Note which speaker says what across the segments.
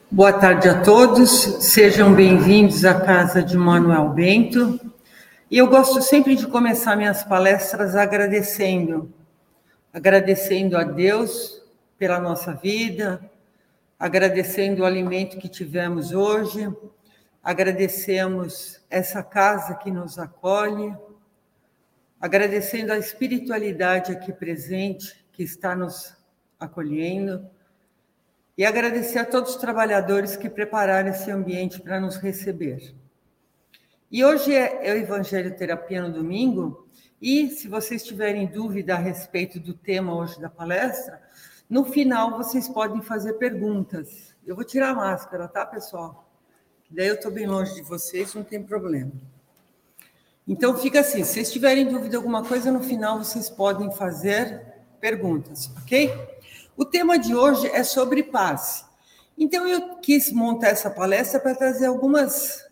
Speaker 1: Boa tarde a todos, sejam bem-vindos à Casa de Manuel Bento. E eu gosto sempre de começar minhas palestras agradecendo a Deus pela nossa vida, agradecendo o alimento que tivemos hoje, agradecemos essa casa que nos acolhe, agradecendo a espiritualidade aqui presente, que está nos acolhendo, e agradecer a todos os trabalhadores que prepararam esse ambiente para nos receber. E hoje é o Evangelho Terapia no domingo, e se vocês tiverem dúvida a respeito do tema hoje da palestra, no final vocês podem fazer perguntas. Eu vou tirar a máscara, tá, pessoal? Daí eu estou bem longe de vocês, não tem problema. Então fica assim, se vocês tiverem dúvida de alguma coisa, no final vocês podem fazer perguntas, ok? O tema de hoje é sobre passe. Então, eu quis montar essa palestra para trazer algumas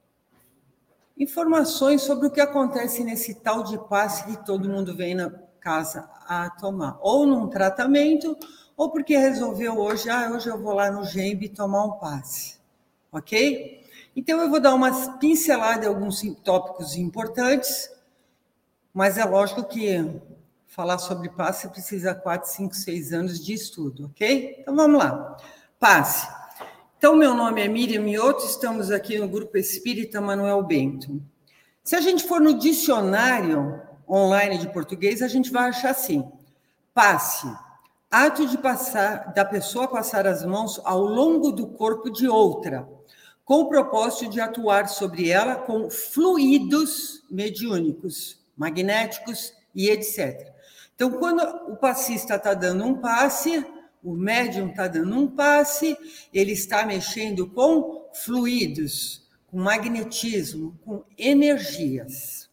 Speaker 1: informações sobre o que acontece nesse tal de passe que todo mundo vem na casa a tomar. Ou num tratamento, ou porque resolveu hoje eu vou lá no GEMB tomar um passe. Ok? Então, eu vou dar umas pinceladas em alguns tópicos importantes, mas é lógico que falar sobre passe precisa 4, 5, 6 anos de estudo, ok? Então, vamos lá. Passe. Então, meu nome é Miriam Mioto, estamos aqui no Grupo Espírita Manuel Bento. Se a gente for no dicionário online de português, a gente vai achar assim, passe, ato de passar, da pessoa passar as mãos ao longo do corpo de outra, com o propósito de atuar sobre ela com fluidos mediúnicos, magnéticos e etc. Então, quando o passista está dando um passe, o médium está dando um passe, ele está mexendo com fluidos, com magnetismo, com energias.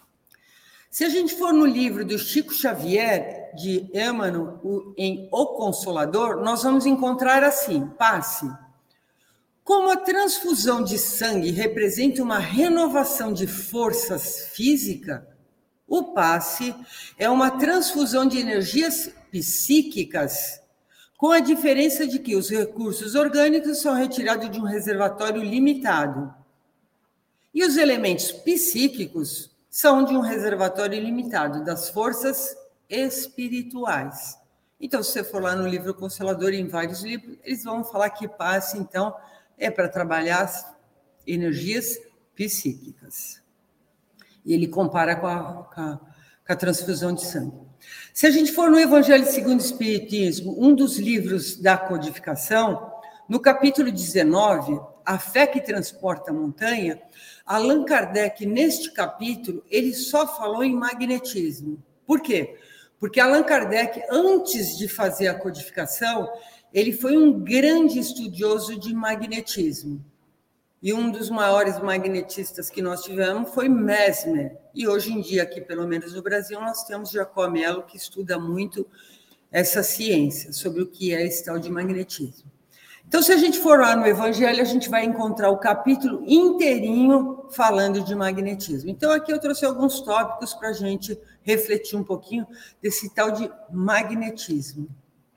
Speaker 1: Se a gente for no livro do Chico Xavier, de Emmanuel, em O Consolador, nós vamos encontrar assim, passe. Como a transfusão de sangue representa uma renovação de forças físicas, o passe é uma transfusão de energias psíquicas, com a diferença de que os recursos orgânicos são retirados de um reservatório limitado. E os elementos psíquicos são de um reservatório limitado, das forças espirituais. Então, se você for lá no livro Consolador, em vários livros, eles vão falar que passe, então, é para trabalhar as energias psíquicas. E ele compara com a transfusão de sangue. Se a gente for no Evangelho segundo o Espiritismo, um dos livros da codificação, no capítulo 19, A Fé que Transporta a Montanha, Allan Kardec, neste capítulo, ele só falou em magnetismo. Por quê? Porque Allan Kardec, antes de fazer a codificação, ele foi um grande estudioso de magnetismo. E um dos maiores magnetistas que nós tivemos foi Mesmer. E hoje em dia, aqui pelo menos no Brasil, nós temos Jacó Mello, que estuda muito essa ciência, sobre o que é esse tal de magnetismo. Então, se a gente for lá no Evangelho, a gente vai encontrar o capítulo inteirinho falando de magnetismo. Então, aqui eu trouxe alguns tópicos para a gente refletir um pouquinho desse tal de magnetismo.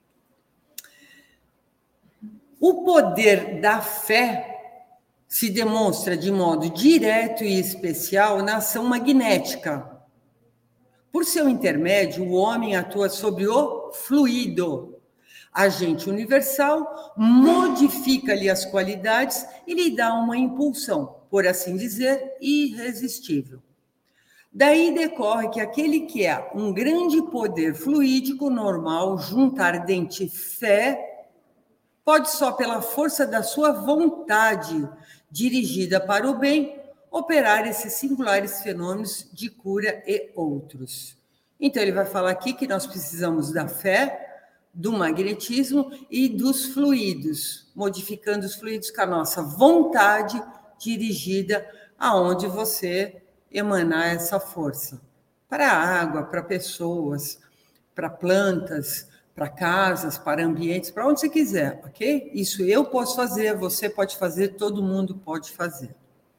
Speaker 1: O poder da fé se demonstra de modo direto e especial na ação magnética. Por seu intermédio, o homem atua sobre o fluido, agente universal, modifica-lhe as qualidades e lhe dá uma impulsão, por assim dizer, irresistível. Daí decorre que aquele que é um grande poder fluídico normal, junta ardente fé, pode só pela força da sua vontade, dirigida para o bem, operar esses singulares fenômenos de cura e outros. Então, ele vai falar aqui que nós precisamos da fé, do magnetismo e dos fluidos, modificando os fluidos com a nossa vontade dirigida aonde você emanar essa força. Para a água, para pessoas, para plantas, para casas, para ambientes, para onde você quiser, ok? Isso eu posso fazer, você pode fazer, todo mundo pode fazer.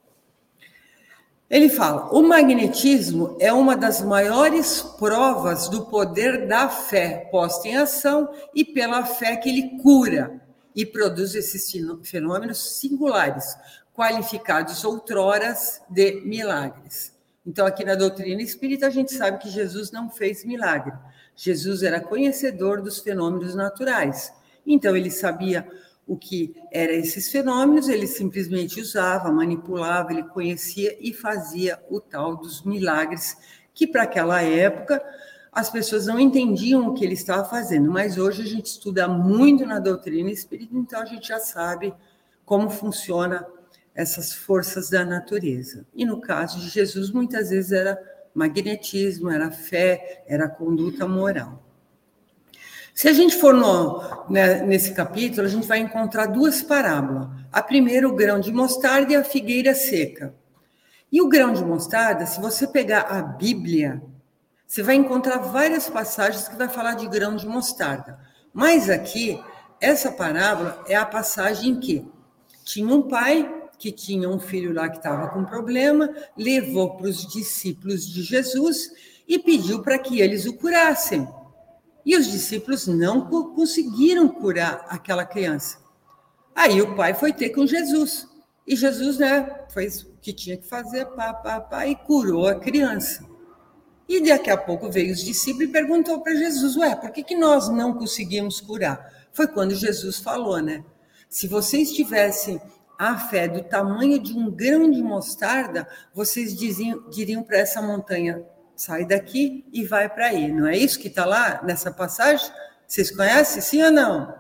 Speaker 1: Ele fala, o magnetismo é uma das maiores provas do poder da fé posta em ação e pela fé que ele cura, e produz esses fenômenos singulares, qualificados outroras de milagres. Então, aqui na doutrina espírita, a gente sabe que Jesus não fez milagre. Jesus era conhecedor dos fenômenos naturais. Então, ele sabia o que eram esses fenômenos, ele simplesmente usava, manipulava, ele conhecia e fazia o tal dos milagres, que para aquela época as pessoas não entendiam o que ele estava fazendo, mas hoje a gente estuda muito na doutrina espírita, então a gente já sabe como funciona essas forças da natureza. E no caso de Jesus, muitas vezes era magnetismo, era fé, era conduta moral. Se a gente for nesse capítulo, a gente vai encontrar duas parábolas. A primeira, o grão de mostarda e a figueira seca. E o grão de mostarda, se você pegar a Bíblia, você vai encontrar várias passagens que vai falar de grão de mostarda. Mas aqui, essa parábola é a passagem em que tinha um pai que tinha um filho lá que estava com problema, levou para os discípulos de Jesus e pediu para que eles o curassem. E os discípulos não conseguiram curar aquela criança. Aí o pai foi ter com Jesus. E Jesus, fez o que tinha que fazer, e curou a criança. E daqui a pouco veio os discípulos e perguntou para Jesus, por que nós não conseguimos curar? Foi quando Jesus falou, se vocês tivessem a fé do tamanho de um grão de mostarda, vocês diriam para essa montanha, sai daqui e vai para aí. Não é isso que está lá nessa passagem? Vocês conhecem, sim ou não?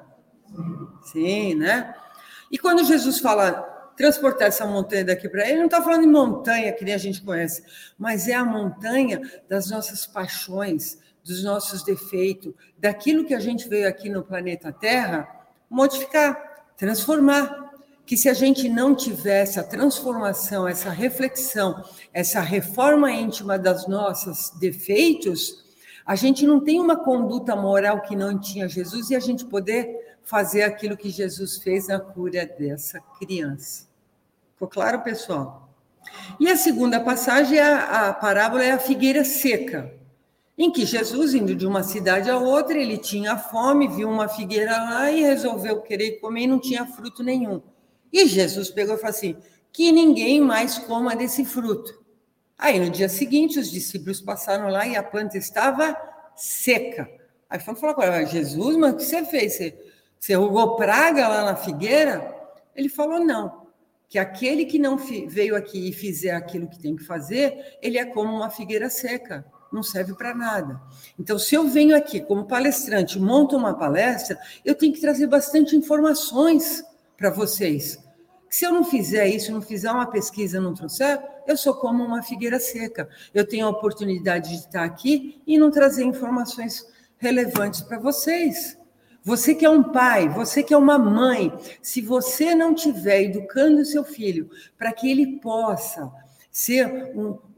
Speaker 1: Sim, né? E quando Jesus fala transportar essa montanha daqui para aí, ele não está falando de montanha que nem a gente conhece, mas é a montanha das nossas paixões, dos nossos defeitos, daquilo que a gente veio aqui no planeta Terra modificar, transformar. Que se a gente não tivesse a transformação, essa reflexão, essa reforma íntima dos nossos defeitos, a gente não tem uma conduta moral que não tinha Jesus e a gente poder fazer aquilo que Jesus fez na cura dessa criança. Ficou claro, pessoal? E a segunda passagem, a parábola é a figueira seca, em que Jesus, indo de uma cidade a outra, ele tinha fome, viu uma figueira lá e resolveu querer comer e não tinha fruto nenhum. E Jesus pegou e falou assim, que ninguém mais coma desse fruto. Aí, no dia seguinte, os discípulos passaram lá e a planta estava seca. Aí falou agora, Jesus, mas o que você fez? Você rogou praga lá na figueira? Ele falou, não, que aquele que não veio aqui e fizer aquilo que tem que fazer, ele é como uma figueira seca, não serve para nada. Então, se eu venho aqui como palestrante, monto uma palestra, eu tenho que trazer bastante informações para vocês. Se eu não fizer isso, não fizer uma pesquisa, não trouxer, eu sou como uma figueira seca. Eu tenho a oportunidade de estar aqui e não trazer informações relevantes para vocês. Você que é um pai, você que é uma mãe, se você não estiver educando o seu filho para que ele possa ser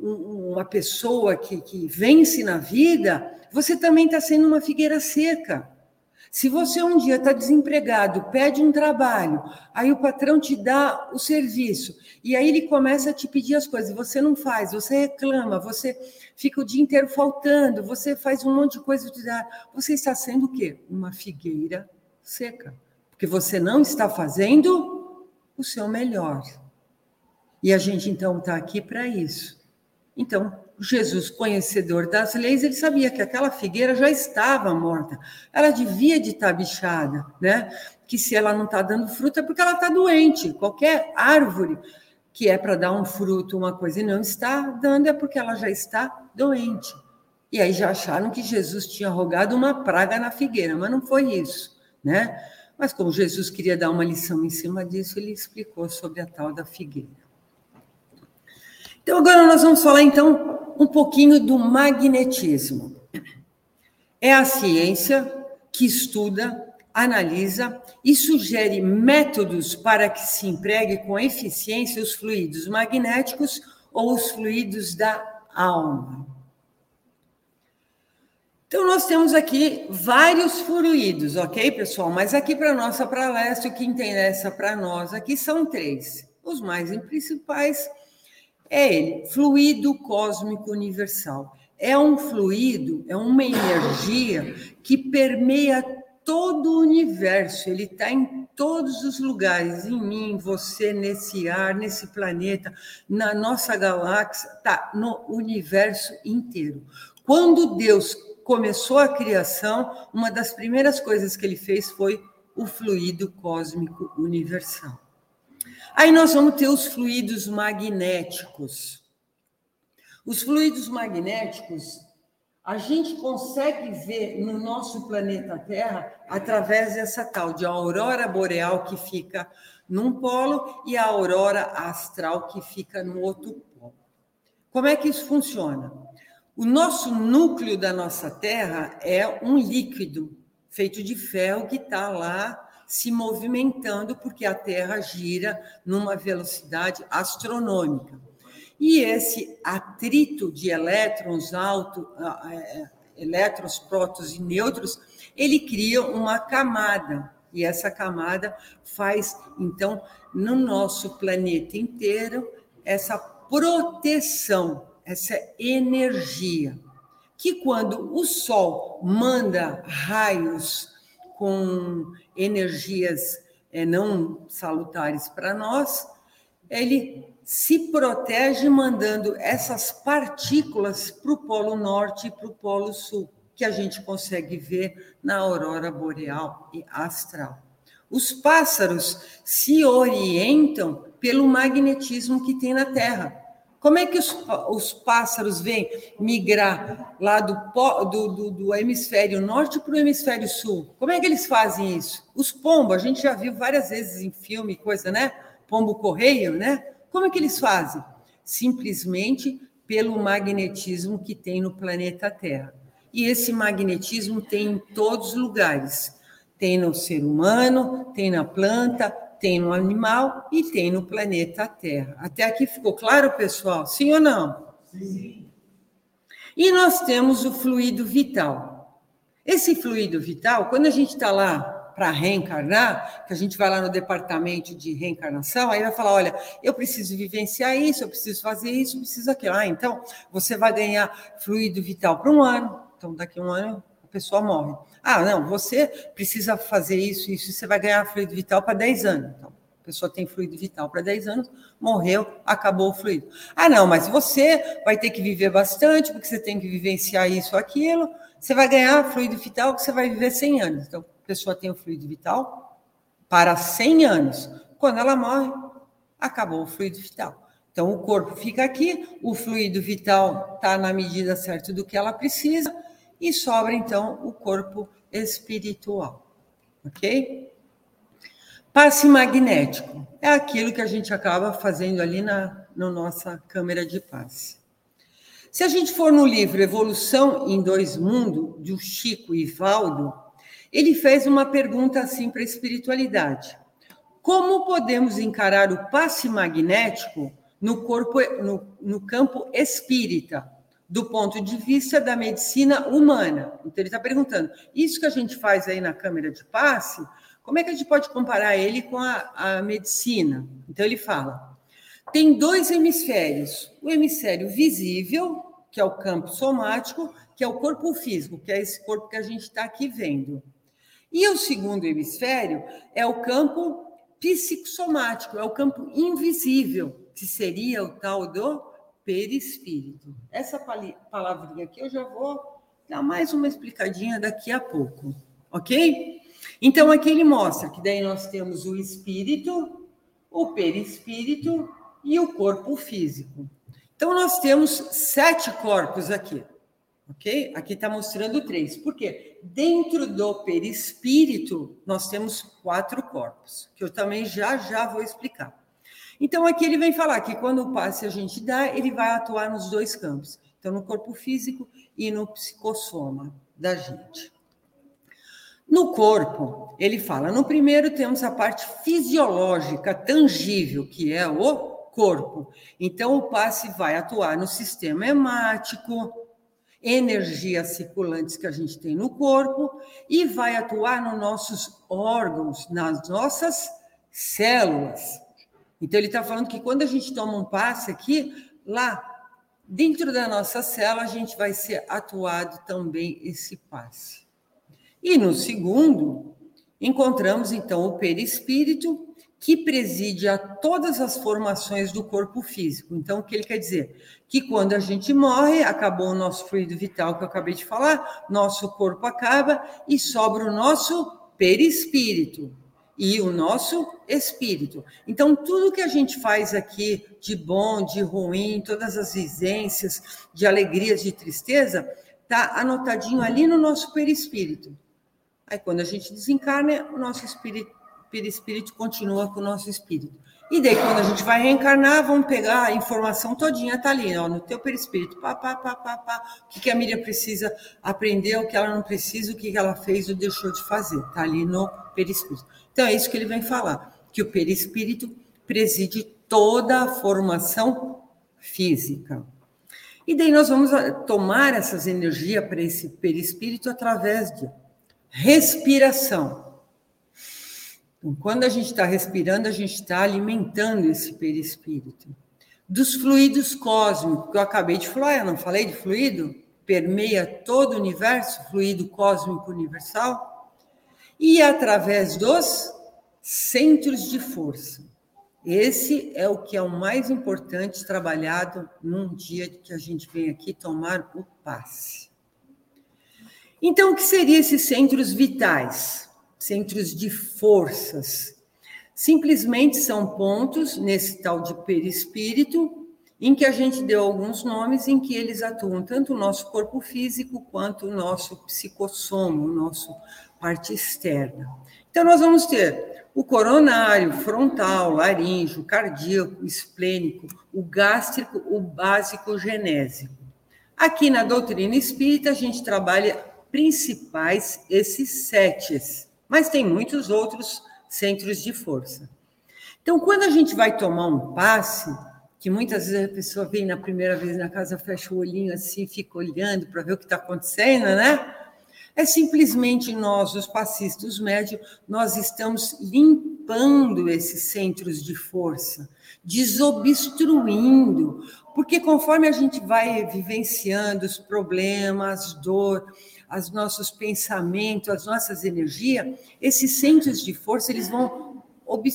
Speaker 1: uma pessoa que vence na vida, você também está sendo uma figueira seca. Se você um dia está desempregado, pede um trabalho, aí o patrão te dá o serviço, e aí ele começa a te pedir as coisas, você não faz, você reclama, você fica o dia inteiro faltando, você faz um monte de coisa, você está sendo o quê? Uma figueira seca, porque você não está fazendo o seu melhor. E a gente, então, está aqui para isso. Então, Jesus, conhecedor das leis, ele sabia que aquela figueira já estava morta. Ela devia de estar bichada, Que se ela não está dando fruto é porque ela está doente. Qualquer árvore que é para dar um fruto, uma coisa, e não está dando, é porque ela já está doente. E aí já acharam que Jesus tinha rogado uma praga na figueira, mas não foi isso, Mas como Jesus queria dar uma lição em cima disso, ele explicou sobre a tal da figueira. Então, agora nós vamos falar, então, um pouquinho do magnetismo. É a ciência que estuda, analisa e sugere métodos para que se empregue com eficiência os fluidos magnéticos ou os fluidos da alma. Então, nós temos aqui vários fluidos, ok, pessoal? Mas aqui para a nossa palestra, o que interessa para nós aqui são 3. Os mais principais é ele, fluido cósmico universal. É um fluido, é uma energia que permeia todo o universo, ele está em todos os lugares, em mim, você, nesse ar, nesse planeta, na nossa galáxia, está no universo inteiro. Quando Deus começou a criação, uma das primeiras coisas que ele fez foi o fluido cósmico universal. Aí nós vamos ter os fluidos magnéticos. Os fluidos magnéticos, a gente consegue ver no nosso planeta Terra através dessa tal de aurora boreal que fica num polo e a aurora astral que fica no outro polo. Como é que isso funciona? O nosso núcleo da nossa Terra é um líquido feito de ferro que está lá se movimentando porque a Terra gira numa velocidade astronômica. E esse atrito de elétrons, elétrons, prótons e nêutrons, ele cria uma camada. E essa camada faz, então, no nosso planeta inteiro, essa proteção, essa energia. Que quando o Sol manda raios com energias não salutares para nós, ele se protege mandando essas partículas para o Polo Norte e para o Polo Sul, que a gente consegue ver na aurora boreal e astral. Os pássaros se orientam pelo magnetismo que tem na Terra. Como é que os pássaros vêm migrar lá do hemisfério norte para o hemisfério sul? Como é que eles fazem isso? Os pombos, a gente já viu várias vezes em filme, coisa, né? Pombo-correio, né? Como é que eles fazem? Simplesmente pelo magnetismo que tem no planeta Terra. E esse magnetismo tem em todos os lugares. Tem no ser humano, tem na planta, tem no animal e tem no planeta Terra. Até aqui ficou claro, pessoal? Sim ou não? Sim. E nós temos o fluido vital. Esse fluido vital, quando a gente está lá para reencarnar, que a gente vai lá no departamento de reencarnação, aí vai falar, olha, eu preciso vivenciar isso, eu preciso fazer isso, eu preciso aquilo. Ah, então, você vai ganhar fluido vital por um ano, então daqui a um ano a pessoa morre. Ah, não, você precisa fazer isso, você vai ganhar fluido vital para 10 anos. Então, a pessoa tem fluido vital para 10 anos, morreu, acabou o fluido. Ah, não, mas você vai ter que viver bastante, porque você tem que vivenciar isso, aquilo, você vai ganhar fluido vital que você vai viver 100 anos. Então, a pessoa tem o fluido vital para 100 anos. Quando ela morre, acabou o fluido vital. Então, o corpo fica aqui, o fluido vital está na medida certa do que ela precisa e sobra, então, o corpo espiritual. Ok? Passe magnético. É aquilo que a gente acaba fazendo ali na nossa câmera de passe. Se a gente for no livro Evolução em Dois Mundos, do Chico e Valdo, ele fez uma pergunta assim para a espiritualidade. Como podemos encarar o passe magnético no corpo, no campo espírita, do ponto de vista da medicina humana? Então, ele está perguntando, isso que a gente faz aí na câmera de passe, como é que a gente pode comparar ele com a medicina? Então, ele fala, tem dois hemisférios, o hemisfério visível, que é o campo somático, que é o corpo físico, que é esse corpo que a gente está aqui vendo. E o segundo hemisfério é o campo psicossomático, é o campo invisível, que seria o tal do perispírito. Essa palavrinha aqui eu já vou dar mais uma explicadinha daqui a pouco, ok? Então, aqui ele mostra que daí nós temos o espírito, o perispírito e o corpo físico. Então, nós temos 7 corpos aqui. Ok? Aqui está mostrando 3. Por quê? Dentro do perispírito, nós temos 4 corpos, que eu também já vou explicar. Então, aqui ele vem falar que quando o passe a gente dá, ele vai atuar nos 2 campos. Então, no corpo físico e no psicossoma da gente. No corpo, ele fala, no primeiro temos a parte fisiológica, tangível, que é o corpo. Então, o passe vai atuar no sistema hemático, energias circulantes que a gente tem no corpo e vai atuar nos nossos órgãos, nas nossas células. Então, ele está falando que quando a gente toma um passe aqui, lá dentro da nossa célula, a gente vai ser atuado também esse passe. E no segundo, encontramos então o perispírito, que preside a todas as formações do corpo físico. Então, o que ele quer dizer? Que quando a gente morre, acabou o nosso fluido vital que eu acabei de falar, nosso corpo acaba e sobra o nosso perispírito e o nosso espírito. Então, tudo que a gente faz aqui de bom, de ruim, todas as vivências, de alegrias, de tristeza, está anotadinho ali no nosso perispírito. Aí, quando a gente desencarna, o nosso perispírito continua com o nosso espírito. E daí, quando a gente vai reencarnar, vamos pegar a informação todinha, tá ali, ó, no teu perispírito. Pá, pá, pá, pá, pá. O que a Miriam precisa aprender, o que ela não precisa, o que ela fez ou deixou de fazer. Tá ali no perispírito. Então, é isso que ele vem falar, que o perispírito preside toda a formação física. E daí nós vamos tomar essas energias para esse perispírito através de respiração. Então, quando a gente está respirando, a gente está alimentando esse perispírito. Dos fluidos cósmicos, que eu acabei de falar, eu não falei de fluido? Permeia todo o universo, fluido cósmico universal. E através dos centros de força. Esse é o que é o mais importante trabalhado num dia que a gente vem aqui tomar o passe. Então, o que seriam esses centros vitais? Centros de forças. Simplesmente são pontos nesse tal de perispírito, em que a gente deu alguns nomes em que eles atuam, tanto o nosso corpo físico quanto o nosso psicossoma, o nosso parte externa. Então, nós vamos ter o coronário, frontal, laríngeo, cardíaco, esplênico, o gástrico, o básico, o genésico. Aqui na doutrina espírita, a gente trabalha principais esses 7, mas tem muitos outros centros de força. Então, quando a gente vai tomar um passe, que muitas vezes a pessoa vem na primeira vez na casa, fecha o olhinho assim, fica olhando para ver o que está acontecendo, né? É simplesmente nós, os passistas, os médios, nós estamos limpando esses centros de força, desobstruindo, porque conforme a gente vai vivenciando os problemas, dor, os nossos pensamentos, as nossas energias, esses centros de força, eles vão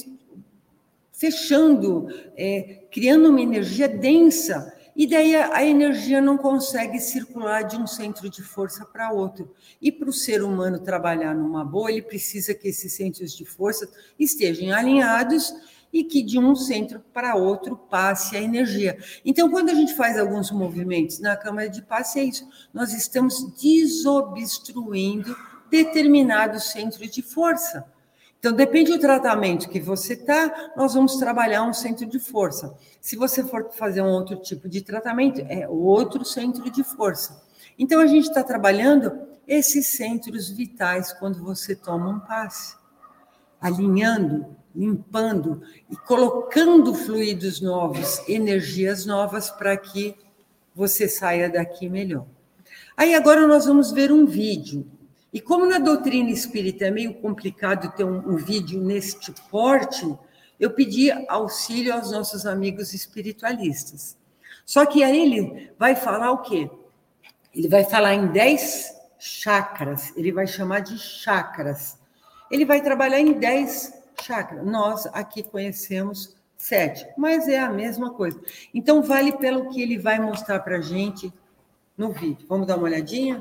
Speaker 1: fechando, criando uma energia densa, e daí a energia não consegue circular de um centro de força para outro. E para o ser humano trabalhar numa boa, ele precisa que esses centros de força estejam alinhados e que de um centro para outro passe a energia. Então, quando a gente faz alguns movimentos na câmara de passe, é isso. Nós estamos desobstruindo determinado centro de força. Então, depende do tratamento que você está, nós vamos trabalhar um centro de força. Se você for fazer um outro tipo de tratamento, é outro centro de força. Então, a gente está trabalhando esses centros vitais quando você toma um passe, alinhando, limpando e colocando fluidos novos, energias novas para que você saia daqui melhor. Aí agora nós vamos ver um vídeo. E como na doutrina espírita é meio complicado ter um vídeo neste porte, eu pedi auxílio aos nossos amigos espiritualistas. Só que aí ele vai falar o quê? Ele vai falar em 10 chakras, ele vai chamar de chakras. Ele vai trabalhar em 10 chakras. Nós aqui conhecemos 7, mas é a mesma coisa. Então, vale pelo que ele vai mostrar para a gente no vídeo. Vamos dar uma olhadinha?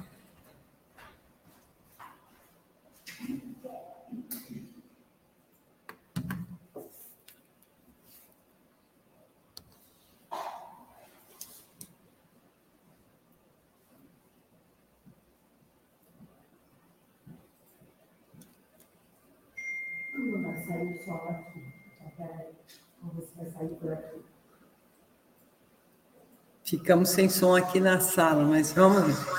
Speaker 2: Não vai sair o sol aqui. Vamos ver se vai sair por aqui.
Speaker 1: Ficamos sem som aqui na sala, mas vamos ver.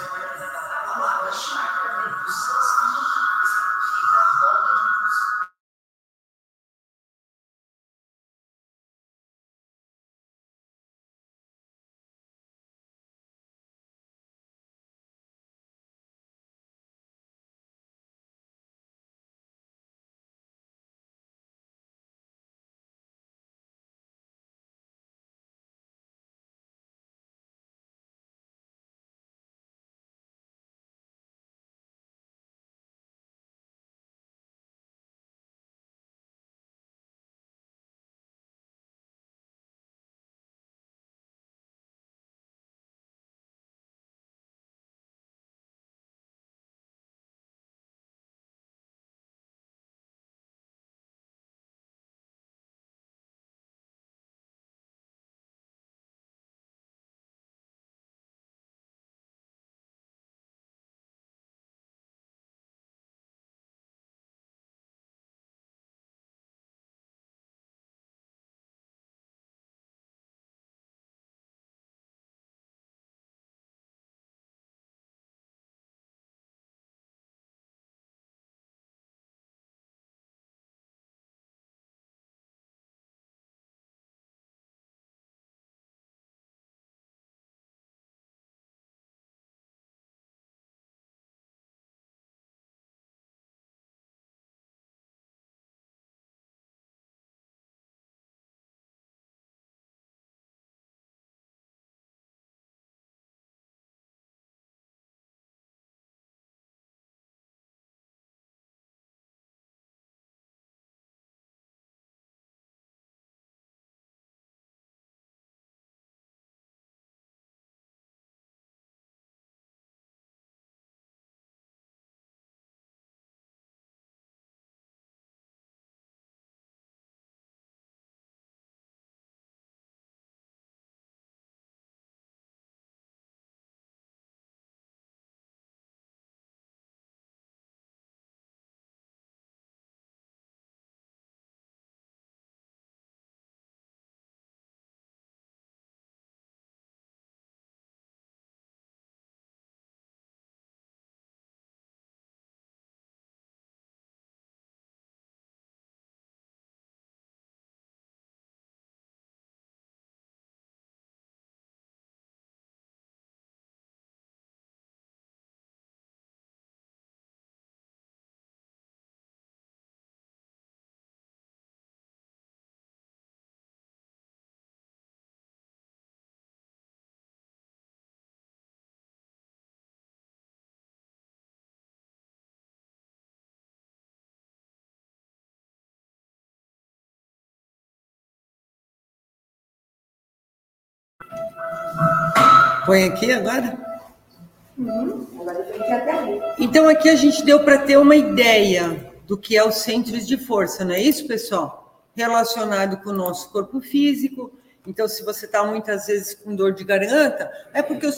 Speaker 1: Põe aqui agora?
Speaker 2: Agora eu tenho que até aí.
Speaker 1: Então, aqui a gente deu para ter uma ideia do que é os centros de força, não é isso, pessoal? Relacionado com o nosso corpo físico. Então, se você está muitas vezes com dor de garganta, é porque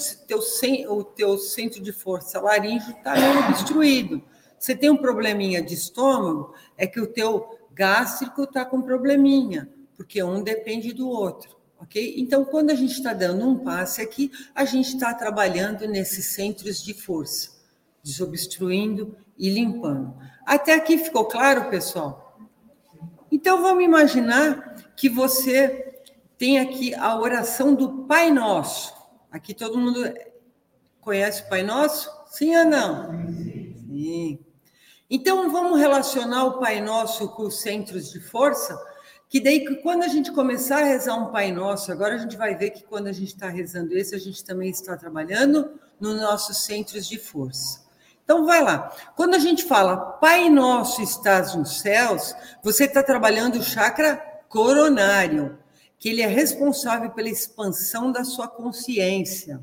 Speaker 1: o teu centro de força laríngeo está meio obstruído. Você tem um probleminha de estômago, é que o teu gástrico está com probleminha, porque um depende do outro, ok? Então, quando a gente está dando um passe aqui, a gente está trabalhando nesses centros de força, desobstruindo e limpando. Até aqui ficou claro, pessoal? Então, vamos imaginar que você tem aqui a oração do Pai Nosso. Aqui todo mundo conhece o Pai Nosso? Sim ou não? Sim. Então, vamos relacionar o Pai Nosso com os centros de força, que daí, quando a gente começar a rezar um Pai Nosso, agora a gente vai ver que quando a gente está rezando esse, a gente também está trabalhando nos nossos centros de força. Então, vai lá. Quando a gente fala Pai Nosso estás nos céus, você está trabalhando o chakra coronário, que ele é responsável pela expansão da sua consciência.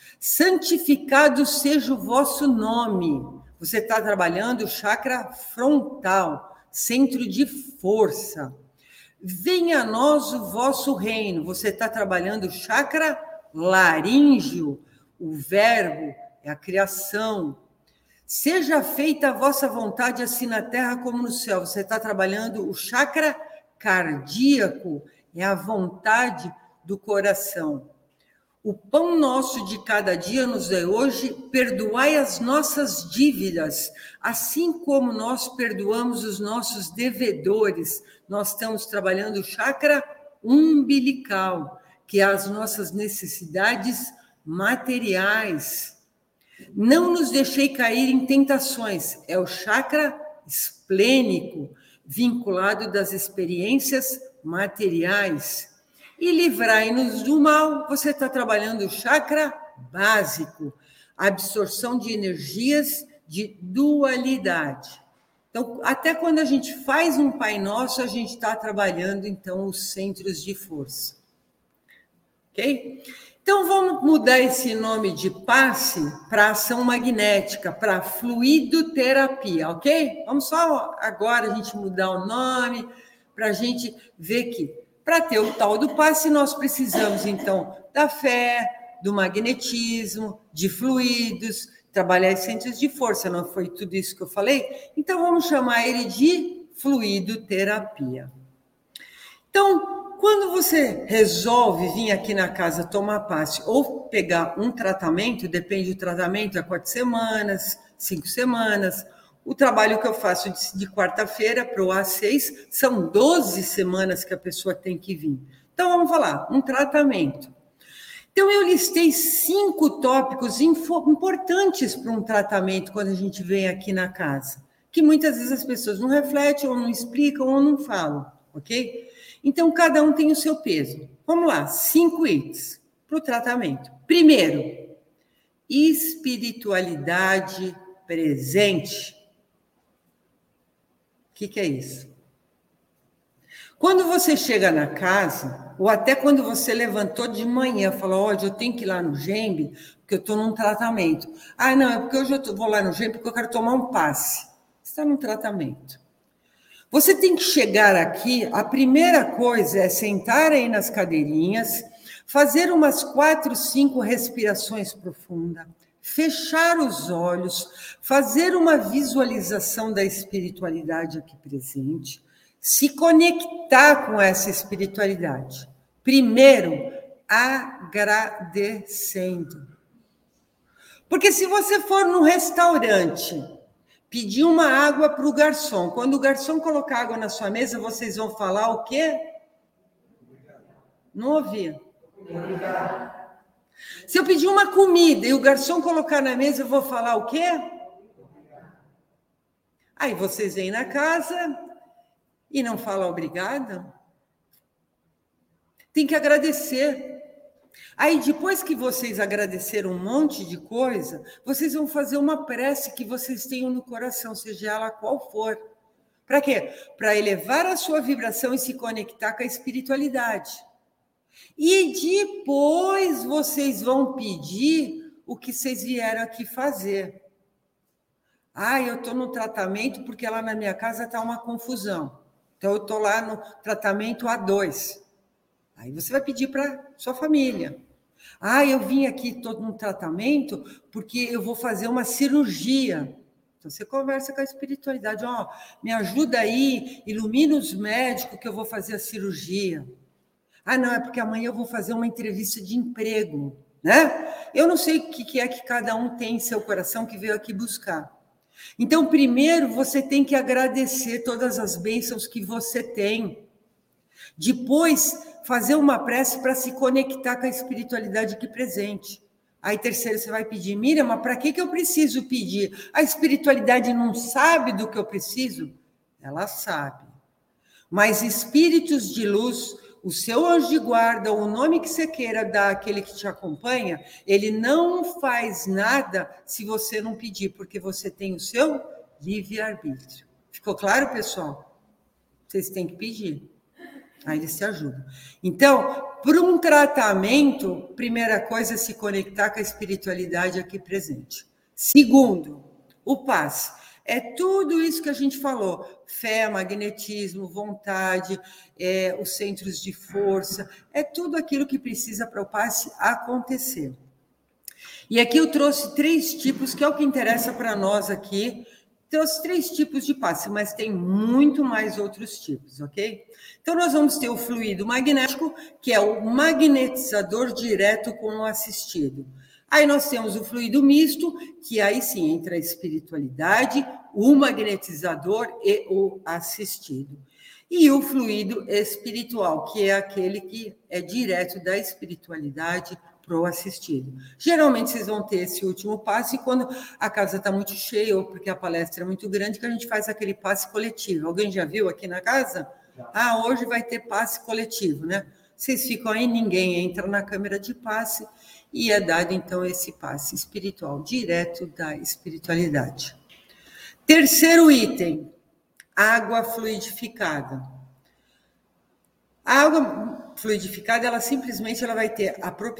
Speaker 1: Santificado seja o vosso nome. Você está trabalhando o chakra frontal, centro de força. Venha a nós o vosso reino. Você está trabalhando o chakra laríngeo. O verbo é a criação. Seja feita a vossa vontade, assim na terra como no céu. Você está trabalhando o chakra cardíaco, é a vontade do coração. O pão nosso de cada dia nos dai hoje, perdoai as nossas dívidas, assim como nós perdoamos os nossos devedores. Nós estamos trabalhando o chakra umbilical, que é as nossas necessidades materiais. Não nos deixei cair em tentações, é o chakra esplênico, vinculado das experiências materiais. E livrai-nos do mal, você está trabalhando o chakra básico, absorção de energias de dualidade. Então, até quando a gente faz um Pai Nosso, a gente está trabalhando, então, os centros de força. Ok? Então, vamos mudar esse nome de passe para ação magnética, para fluidoterapia, ok? Vamos só agora a gente mudar o nome, para a gente ver que, para ter o tal do passe, nós precisamos, então, da fé, do magnetismo, de fluidos, trabalhar os centros de força, não foi tudo isso que eu falei? Então, vamos chamar ele de fluidoterapia. Então, quando você resolve vir aqui na casa tomar passe ou pegar um tratamento, depende do tratamento, é 4 semanas, 5 semanas. O trabalho que eu faço de quarta-feira para o A6 são 12 semanas que a pessoa tem que vir. Então, vamos falar, um tratamento. Então, eu listei 5 tópicos importantes para um tratamento quando a gente vem aqui na casa, que muitas vezes as pessoas não refletem, ou não explicam, ou não falam, ok? Então, cada um tem o seu peso. Vamos lá, 5 itens para o tratamento. Primeiro, espiritualidade presente. O que é isso? Quando você chega na casa, ou até quando você levantou de manhã, falou, hoje eu tenho que ir lá no GEMB, porque eu estou num tratamento. Ah, não, é porque hoje eu vou lá no GEMB porque eu quero tomar um passe. Você está num tratamento. Você tem que chegar aqui, a primeira coisa é sentar aí nas cadeirinhas, fazer umas 4, 5 respirações profundas, fechar os olhos, fazer uma visualização da espiritualidade aqui presente, se conectar com essa espiritualidade. Primeiro, agradecendo. Porque se você for num restaurante, pedir uma água para o garçom. Quando o garçom colocar água na sua mesa, vocês vão falar o quê? Não ouvi. Se eu pedir uma comida e o garçom colocar na mesa, eu vou falar o quê? Aí vocês vêm na casa e não falam obrigada. Tem que agradecer. Aí, depois que vocês agradeceram um monte de coisa, vocês vão fazer uma prece que vocês tenham no coração, seja ela qual for. Para quê? Para elevar a sua vibração e se conectar com a espiritualidade. E depois vocês vão pedir o que vocês vieram aqui fazer. Ah, eu estou no tratamento porque lá na minha casa está uma confusão. Então, eu estou lá no tratamento A2. Aí você vai pedir para sua família. Ah, eu vim aqui, estou no tratamento porque eu vou fazer uma cirurgia. Então, você conversa com a espiritualidade. Ó, me ajuda aí, ilumina os médicos que eu vou fazer a cirurgia. Ah, não, é porque amanhã eu vou fazer uma entrevista de emprego, né? Eu não sei o que é que cada um tem em seu coração que veio aqui buscar. Então, primeiro, você tem que agradecer todas as bênçãos que você tem. Depois, fazer uma prece para se conectar com a espiritualidade aqui presente. Aí, terceiro, você vai pedir, Miriam, mas para que eu preciso pedir? A espiritualidade não sabe do que eu preciso? Ela sabe. Mas espíritos de luz, o seu anjo de guarda, o nome que você queira dar àquele que te acompanha, ele não faz nada se você não pedir, porque você tem o seu livre-arbítrio. Ficou claro, pessoal? Vocês têm que pedir. Aí eles se ajudam. Então, para um tratamento, primeira coisa é se conectar com a espiritualidade aqui presente. Segundo, o passe. É tudo isso que a gente falou. Fé, magnetismo, vontade, os centros de força. É tudo aquilo que precisa para o passe acontecer. E aqui eu trouxe 3 tipos, que é o que interessa para nós aqui. Trouxe 3 tipos de passe, mas tem muito mais outros tipos, ok? Então, nós vamos ter o fluido magnético, que é o magnetizador direto com o assistido. Aí nós temos o fluido misto, que aí sim entra a espiritualidade, o magnetizador e o assistido. E o fluido espiritual, que é aquele que é direto da espiritualidade para o assistido. Geralmente vocês vão ter esse último passe quando a casa está muito cheia ou porque a palestra é muito grande, que a gente faz aquele passe coletivo. Alguém já viu aqui na casa? Ah, hoje vai ter passe coletivo, né? Vocês ficam aí, ninguém entra na câmera de passe e é dado, então, esse passe espiritual, direto da espiritualidade. Terceiro item, água fluidificada. A água fluidificada, ela simplesmente vai ter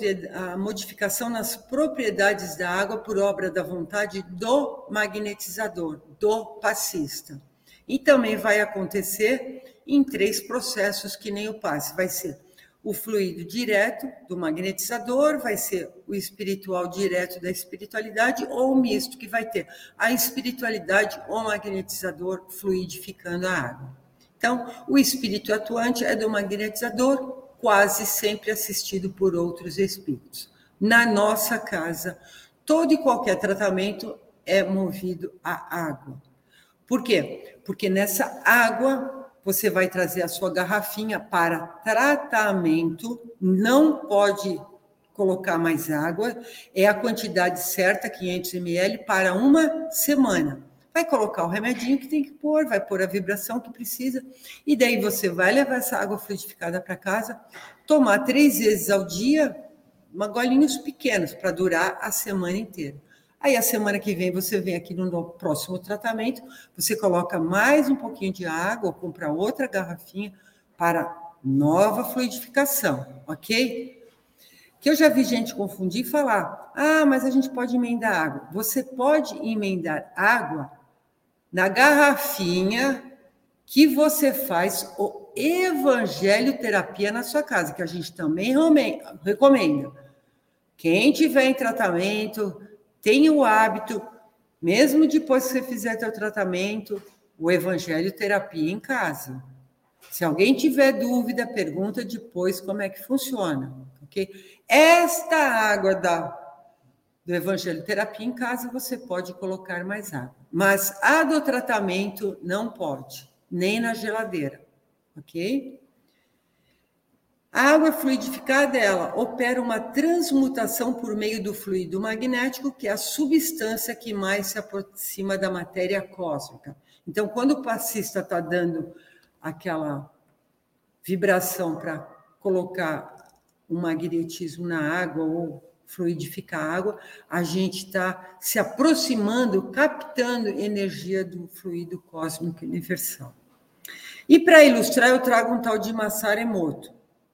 Speaker 1: a modificação nas propriedades da água por obra da vontade do magnetizador, do passista. E também vai acontecer em 3 processos que nem o passe. Vai ser o fluido direto do magnetizador, vai ser o espiritual direto da espiritualidade, ou o misto, que vai ter a espiritualidade ou magnetizador fluidificando a água. Então, o espírito atuante é do magnetizador, quase sempre assistido por outros espíritos. Na nossa casa, todo e qualquer tratamento é movido a água. Por quê? Porque nessa água você vai trazer a sua garrafinha para tratamento, não pode colocar mais água, é a quantidade certa, 500 ml, para uma semana. Vai colocar o remedinho que tem que pôr, vai pôr a vibração que precisa, e daí você vai levar essa água fluidificada para casa, tomar 3 vezes ao dia, golinhos pequenos, para durar a semana inteira. Aí, a semana que vem, você vem aqui no próximo tratamento, você coloca mais um pouquinho de água, ou compra outra garrafinha para nova fluidificação, ok? Que eu já vi gente confundir e falar, mas a gente pode emendar água. Você pode emendar água na garrafinha que você faz o evangelho terapia na sua casa, que a gente também recomenda. Quem tiver em tratamento, tenha o hábito, mesmo depois que você fizer seu tratamento, o evangelho terapia em casa. Se alguém tiver dúvida, pergunta depois como é que funciona, ok? Esta água do evangelho terapia em casa, você pode colocar mais água. Mas a do tratamento não pode, nem na geladeira, ok? A água fluidificada, ela opera uma transmutação por meio do fluido magnético, que é a substância que mais se aproxima da matéria cósmica. Então, quando o passista está dando aquela vibração para colocar um magnetismo na água ou fluidificar a água, a gente está se aproximando, captando energia do fluido cósmico universal. E para ilustrar, eu trago um tal de Masaru Emoto.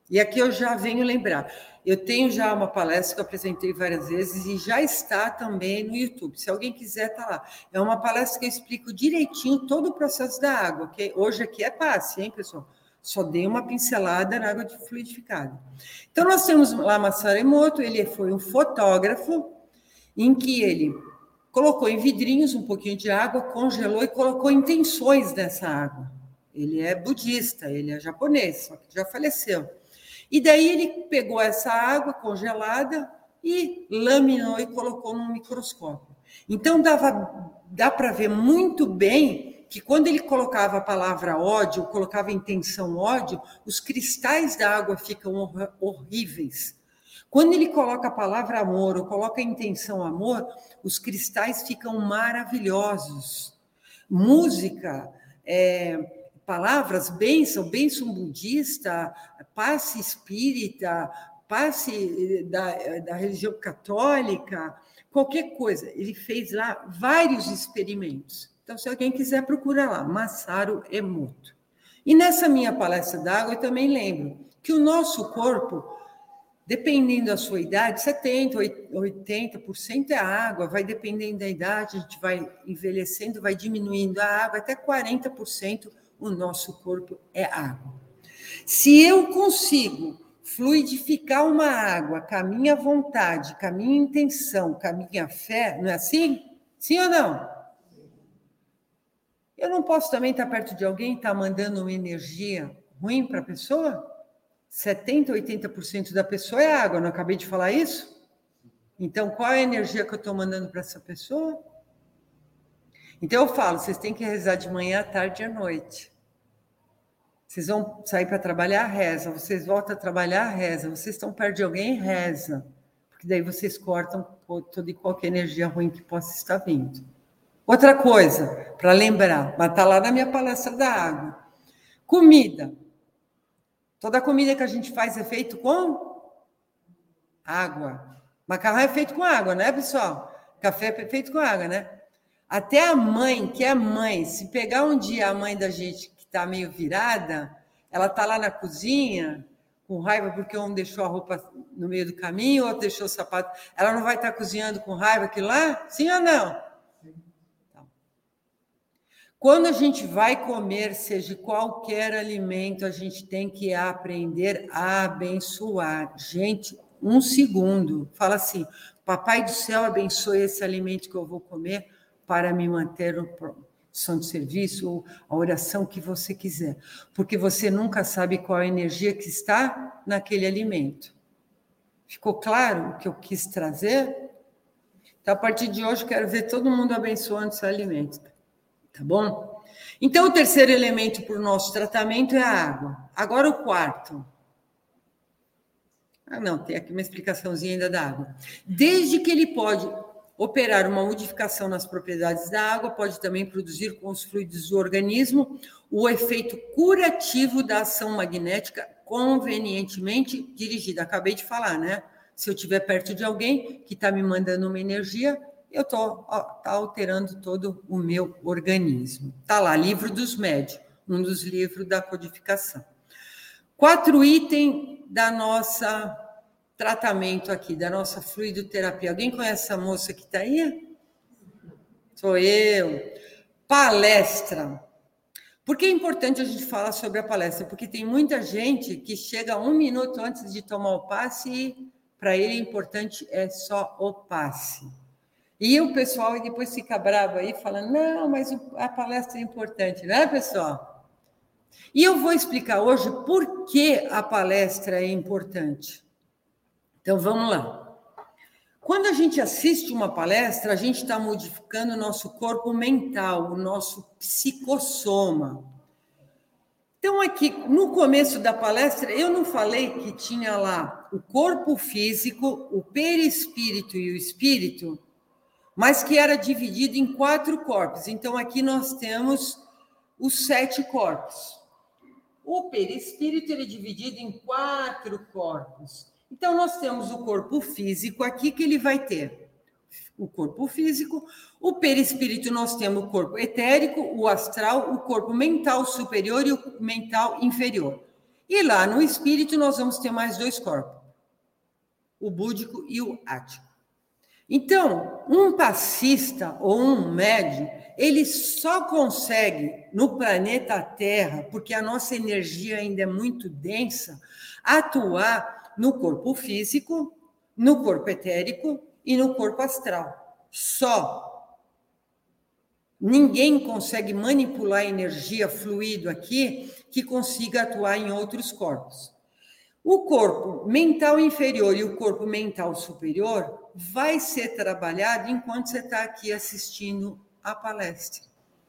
Speaker 1: E aqui eu já venho lembrar. Eu tenho já uma palestra que eu apresentei várias vezes e já está também no YouTube. Se alguém quiser, está lá. É uma palestra que eu explico direitinho todo o processo da água, que hoje aqui é passe, hein, pessoal? Só dei uma pincelada na água fluidificada. Então, nós temos lá Masaru Emoto, ele foi um fotógrafo em que ele colocou em vidrinhos um pouquinho de água, congelou e colocou intenções nessa água. Ele é budista, ele é japonês, só que já faleceu. E daí ele pegou essa água congelada e laminou e colocou num microscópio. Então, dá para ver muito bem que quando ele colocava a palavra ódio, colocava a intenção ódio, os cristais da água ficam horríveis. Quando ele coloca a palavra amor ou coloca a intenção amor, os cristais ficam maravilhosos. Música, palavras, bênção budista, passe espírita, passe da religião católica, qualquer coisa. Ele fez lá vários experimentos. Então, se alguém quiser, procura lá, Masaru Emoto. E nessa minha palestra d'água, eu também lembro que o nosso corpo, dependendo da sua idade, 70%, 80% é água, vai dependendo da idade, a gente vai envelhecendo, vai diminuindo a água, até 40% o nosso corpo é água. Se eu consigo fluidificar uma água com a minha vontade, com a minha intenção, com a minha fé, não é assim? Sim ou não? Eu não posso também estar perto de alguém e estar mandando uma energia ruim para a pessoa? 70%, 80% da pessoa é água, não acabei de falar isso? Então, qual é a energia que eu estou mandando para essa pessoa? Então, eu falo, vocês têm que rezar de manhã, à tarde e à noite. Vocês vão sair para trabalhar, reza. Vocês voltam a trabalhar, reza. Vocês estão perto de alguém, reza. Porque daí vocês cortam toda e qualquer energia ruim que possa estar vindo. Outra coisa, para lembrar, mas está lá na minha palestra da água. Comida. Toda comida que a gente faz é feito com água. Macarrão é feito com água, né, pessoal? Café é feito com água, né? Até a mãe, que é mãe, se pegar um dia a mãe da gente que está meio virada, ela está lá na cozinha, com raiva porque um deixou a roupa no meio do caminho, outro deixou o sapato. Ela não vai estar cozinhando com raiva aquilo lá? Sim ou não? Então, quando a gente vai comer, seja qualquer alimento, a gente tem que aprender a abençoar. Gente, 1 segundo. Fala assim, Papai do céu, abençoe esse alimento que eu vou comer para me manter no santo serviço ou a oração que você quiser. Porque você nunca sabe qual a energia que está naquele alimento. Ficou claro o que eu quis trazer? Então, a partir de hoje, eu quero ver todo mundo abençoando esse alimento. Tá bom? Então, o terceiro elemento para o nosso tratamento é a água. Agora, o quarto. Não, tem aqui uma explicaçãozinha ainda da água. Desde que ele pode operar uma modificação nas propriedades da água, pode também produzir com os fluidos do organismo o efeito curativo da ação magnética convenientemente dirigida. Acabei de falar, né? Se eu estiver perto de alguém que está me mandando uma energia, eu estou alterando todo o meu organismo. Está lá, Livro dos Médiuns, um dos livros da codificação. 4 itens da nossa tratamento aqui, da nossa fluidoterapia. Alguém conhece essa moça que está aí? Sou eu. Palestra. Por que é importante a gente falar sobre a palestra? Porque tem muita gente que chega 1 minuto antes de tomar o passe e para ele é importante é só o passe. E o pessoal depois fica bravo aí, falando, não, mas a palestra é importante, né, pessoal? E eu vou explicar hoje por que a palestra é importante. Então, vamos lá. Quando a gente assiste uma palestra, a gente está modificando o nosso corpo mental, o nosso psicossoma. Então, aqui, no começo da palestra, eu não falei que tinha lá o corpo físico, o perispírito e o espírito, mas que era dividido em 4 corpos. Então, aqui nós temos os 7 corpos. O perispírito ele é dividido em 4 corpos. Então, nós temos o corpo físico aqui, que ele vai ter o corpo físico, o perispírito nós temos o corpo etérico, o astral, o corpo mental superior e o mental inferior. E lá no espírito nós vamos ter mais 2 corpos, o búdico e o ático. Então, um passista ou um médium, ele só consegue no planeta Terra, porque a nossa energia ainda é muito densa, atuar no corpo físico, no corpo etérico e no corpo astral. Só. Ninguém consegue manipular energia, fluido aqui, que consiga atuar em outros corpos. O corpo mental inferior e o corpo mental superior vai ser trabalhado enquanto você está aqui assistindo a palestra.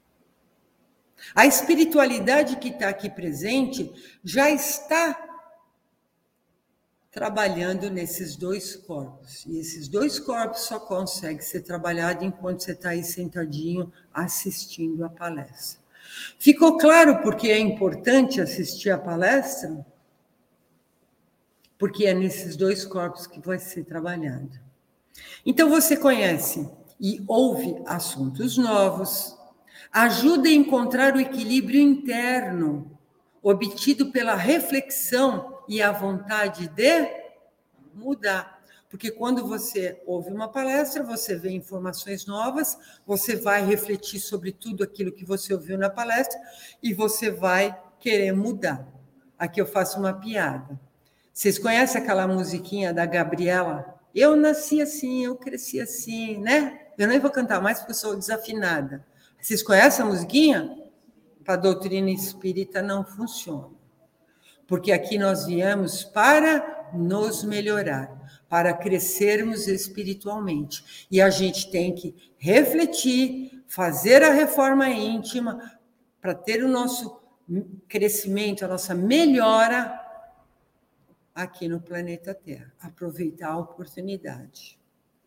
Speaker 1: A espiritualidade que está aqui presente já está trabalhando nesses 2 corpos. E esses 2 corpos só conseguem ser trabalhados enquanto você está aí sentadinho assistindo a palestra. Ficou claro porque é importante assistir a palestra? Porque é nesses 2 corpos que vai ser trabalhado. Então, você conhece e ouve assuntos novos, ajuda a encontrar o equilíbrio interno, obtido pela reflexão e a vontade de mudar. Porque quando você ouve uma palestra, você vê informações novas, você vai refletir sobre tudo aquilo que você ouviu na palestra e você vai querer mudar. Aqui eu faço uma piada. Vocês conhecem aquela musiquinha da Gabriela? Eu nasci assim, eu cresci assim, né? Eu nem vou cantar mais porque eu sou desafinada. Vocês conhecem a musiquinha? Para a doutrina espírita não funciona. Porque aqui nós viemos para nos melhorar, para crescermos espiritualmente. E a gente tem que refletir, fazer a reforma íntima, para ter o nosso crescimento, a nossa melhora aqui no planeta Terra. Aproveitar a oportunidade.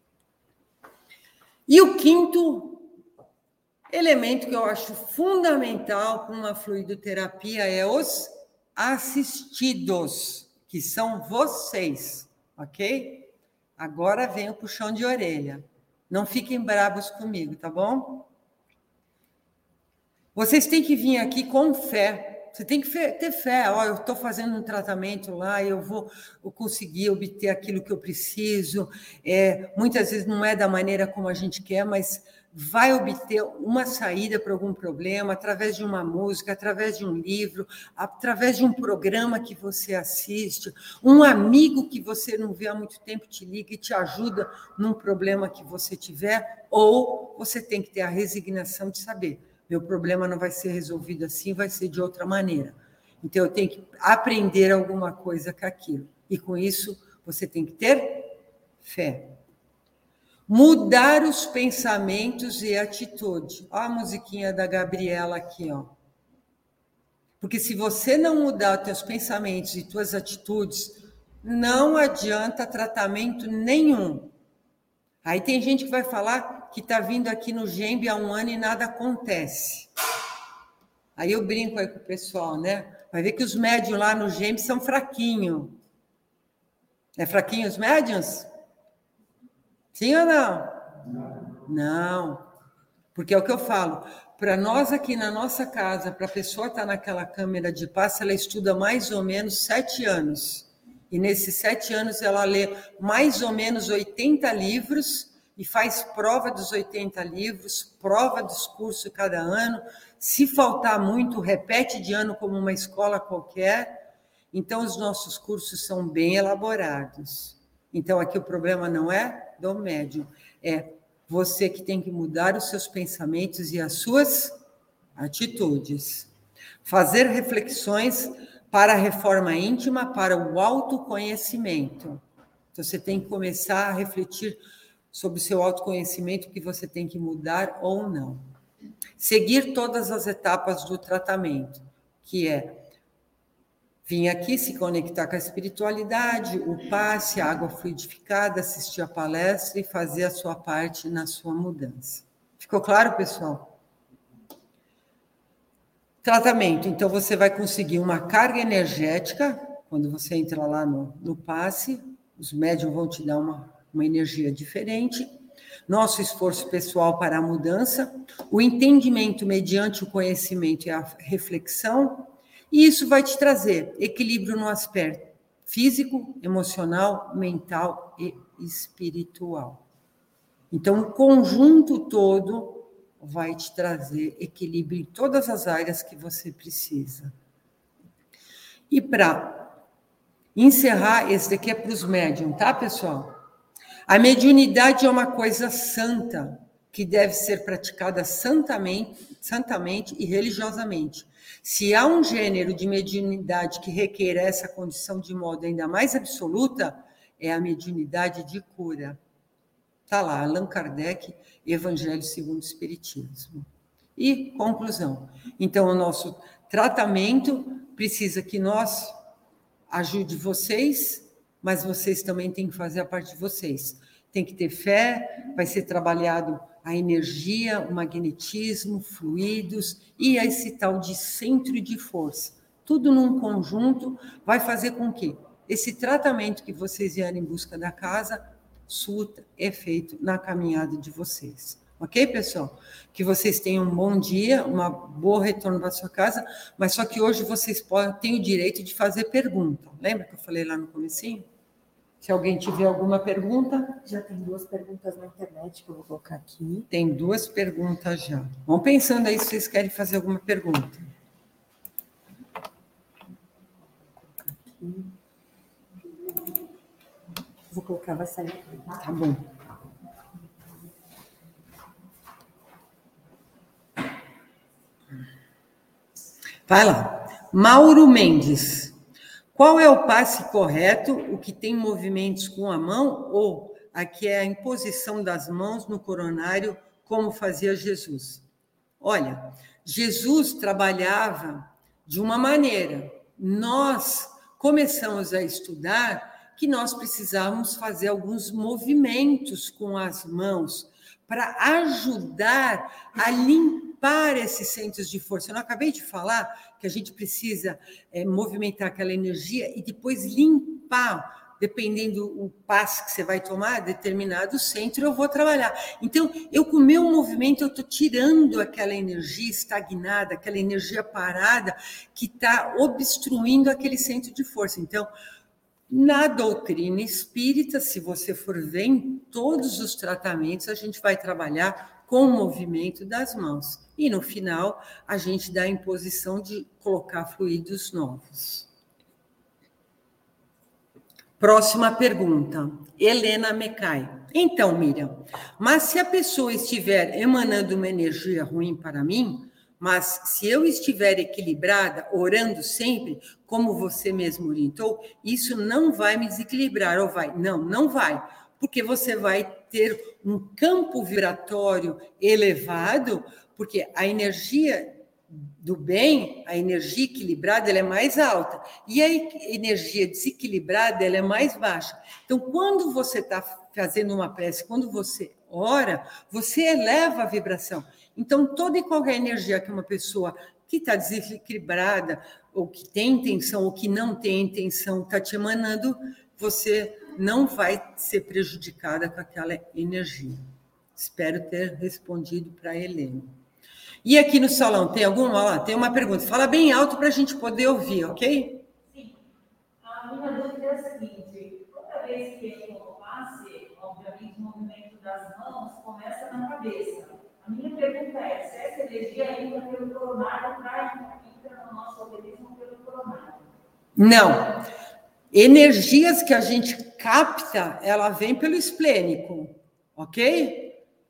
Speaker 1: E o quinto elemento que eu acho fundamental para uma fluidoterapia é os assistidos, que são vocês, ok? Agora vem o puxão de orelha. Não fiquem bravos comigo, tá bom? Vocês têm que vir aqui com fé. Você tem que ter fé. Ó, eu estou fazendo um tratamento lá, eu vou conseguir obter aquilo que eu preciso. Muitas vezes não é da maneira como a gente quer, mas vai obter uma saída para algum problema através de uma música, através de um livro, através de um programa que você assiste, um amigo que você não vê há muito tempo te liga e te ajuda num problema que você tiver, ou você tem que ter a resignação de saber, meu problema não vai ser resolvido assim, vai ser de outra maneira. Então, eu tenho que aprender alguma coisa com aquilo. E com isso, você tem que ter fé. Mudar os pensamentos e atitude. Olha a musiquinha da Gabriela aqui, ó. Porque se você não mudar os teus pensamentos e tuas atitudes, não adianta tratamento nenhum. Aí tem gente que vai falar que está vindo aqui no GEMB há 1 ano e nada acontece. Aí eu brinco aí com o pessoal, né? Vai ver que os médiums lá no GEMB são fraquinhos. É fraquinho os médiums? Sim ou não? Não. Porque é o que eu falo. Para nós aqui na nossa casa, para a pessoa estar naquela câmera de passe, ela estuda mais ou menos 7 anos. E nesses 7 anos ela lê mais ou menos 80 livros e faz prova dos 80 livros, prova dos cursos cada ano. Se faltar muito, repete de ano como uma escola qualquer. Então, os nossos cursos são bem elaborados. Então, aqui o problema não é do médium, é você que tem que mudar os seus pensamentos e as suas atitudes. Fazer reflexões para a reforma íntima, para o autoconhecimento. Então, você tem que começar a refletir sobre o seu autoconhecimento, que você tem que mudar ou não. Seguir todas as etapas do tratamento, que é vir aqui se conectar com a espiritualidade, o passe, a água fluidificada, assistir a palestra e fazer a sua parte na sua mudança. Ficou claro, pessoal? Tratamento. Então, você vai conseguir uma carga energética, quando você entra lá no passe, os médiuns vão te dar uma energia diferente. Nosso esforço pessoal para a mudança, o entendimento mediante o conhecimento e a reflexão, E isso vai te trazer equilíbrio no aspecto físico, emocional, mental e espiritual. Então, o conjunto todo vai te trazer equilíbrio em todas as áreas que você precisa. E para encerrar, esse daqui é para os médiums, tá, pessoal? A mediunidade é uma coisa santa, que deve ser praticada santamente e religiosamente. Se há um gênero de mediunidade que requer essa condição de modo ainda mais absoluta, é a mediunidade de cura. Está lá, Allan Kardec, Evangelho segundo o Espiritismo. E conclusão. Então, o nosso tratamento precisa que nós ajude vocês, mas vocês também têm que fazer a parte de vocês. Tem que ter fé, vai ser trabalhado a energia, o magnetismo, fluidos e esse tal de centro de força. Tudo num conjunto vai fazer com que esse tratamento que vocês vierem em busca da casa surta efeito na caminhada de vocês. Ok, pessoal? Que vocês tenham um bom dia, uma boa retorno para sua casa, mas só que hoje vocês têm o direito de fazer pergunta. Lembra que eu falei lá no comecinho? Se alguém tiver alguma pergunta...
Speaker 2: Já tem 2 perguntas na internet que eu vou colocar aqui.
Speaker 1: Tem 2 perguntas já. Vão pensando aí se vocês querem fazer alguma pergunta.
Speaker 2: Vou colocar, vai sair aqui, tá?
Speaker 1: Tá bom. Vai lá. Mauro Mendes. Qual é o passe correto? O que tem movimentos com a mão ou a que é a imposição das mãos no coronário, como fazia Jesus? Olha, Jesus trabalhava de uma maneira. Nós começamos a estudar que nós precisávamos fazer alguns movimentos com as mãos para ajudar a limpar esses centros de força. Eu não acabei de falar que a gente precisa movimentar aquela energia e depois limpar, dependendo do passo que você vai tomar, determinado centro, eu vou trabalhar. Então, eu com o meu movimento, eu estou tirando aquela energia estagnada, aquela energia parada que está obstruindo aquele centro de força. Então, na doutrina espírita, se você for ver em todos os tratamentos, a gente vai trabalhar com o movimento das mãos. E no final, a gente dá a imposição de colocar fluidos novos. Próxima pergunta, Helena Mecai. Então, Miriam, mas se a pessoa estiver emanando uma energia ruim para mim, mas se eu estiver equilibrada, orando sempre, como você mesmo orientou, isso não vai me desequilibrar, ou vai? Não, não vai, porque você vai ter um campo vibratório elevado, porque a energia do bem, a energia equilibrada, ela é mais alta, e a energia desequilibrada, ela é mais baixa. Então, quando você está fazendo uma prece, quando você ora, você eleva a vibração. Então, toda e qualquer energia que uma pessoa que está desequilibrada, ou que tem intenção, ou que não tem intenção, está te emanando, você não vai ser prejudicada com aquela energia. Espero ter respondido para a Helena. E aqui no salão, tem alguma? Lá, tem uma pergunta. Fala bem alto para a gente poder ouvir, ok?
Speaker 3: Sim. A minha dúvida é a seguinte: toda vez que eu passe, obviamente, o movimento das mãos começa na cabeça. A minha pergunta é se essa energia entra pelo coronário, entra no nosso organismo pelo coronário.
Speaker 1: Não. Energias que a gente capta, ela vem pelo esplênico, ok?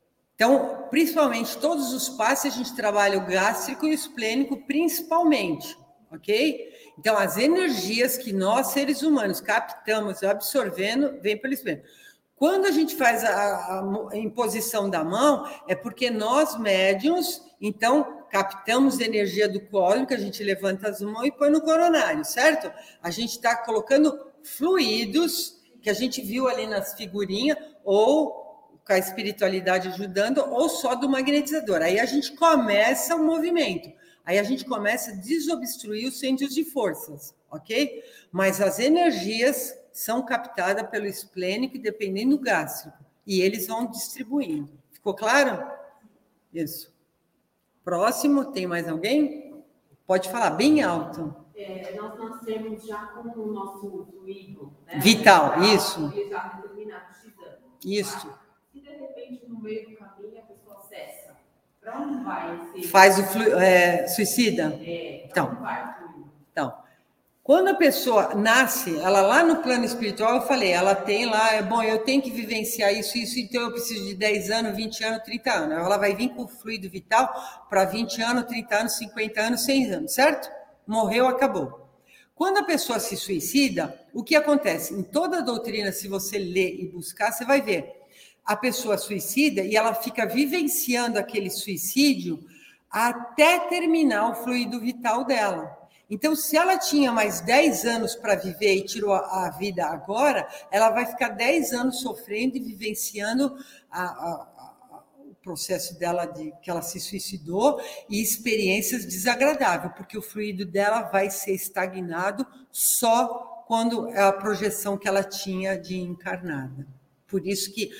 Speaker 1: Então, principalmente, todos os passes, a gente trabalha o gástrico e o esplênico, principalmente, ok? Então, as energias que nós, seres humanos, captamos, absorvendo, vem pelo esplênico. Quando a gente faz a imposição da mão, é porque nós, médiuns, então, captamos energia do cósmico, a gente levanta as mãos e põe no coronário, certo? A gente está colocando fluidos, que a gente viu ali nas figurinhas, ou com a espiritualidade ajudando, ou só do magnetizador. Aí a gente começa o movimento. Aí a gente começa a desobstruir os centros de forças, ok? Mas as energias são captadas pelo esplênico, dependendo do gástrico. E eles vão distribuindo. Ficou claro? Isso. Próximo, tem mais alguém? Pode falar bem alto.
Speaker 2: nós nascemos já com o nosso fluido, né?
Speaker 1: Vital, isso.
Speaker 2: Ele já determinado X anos.
Speaker 1: Isso.
Speaker 2: Se de repente no meio do caminho a pessoa cessa, para onde vai?
Speaker 1: Faz o suicida?
Speaker 2: Então, onde vai o fluido?
Speaker 1: Então, quando a pessoa nasce, ela lá no plano espiritual, eu falei, ela tem lá, bom, eu tenho que vivenciar isso, então eu preciso de 10 anos, 20 anos, 30 anos. Ela vai vir com o fluido vital para 20 anos, 30 anos, 50 anos, 100 anos, certo? Morreu, acabou. Quando a pessoa se suicida, o que acontece? Em toda a doutrina, se você ler e buscar, você vai ver. A pessoa suicida e ela fica vivenciando aquele suicídio até terminar o fluido vital dela. Então, se ela tinha mais 10 anos para viver e tirou a vida agora, ela vai ficar 10 anos sofrendo e vivenciando o processo dela que ela se suicidou e experiências desagradáveis, porque o fluido dela vai ser estagnado só quando é a projeção que ela tinha de encarnada. Por isso que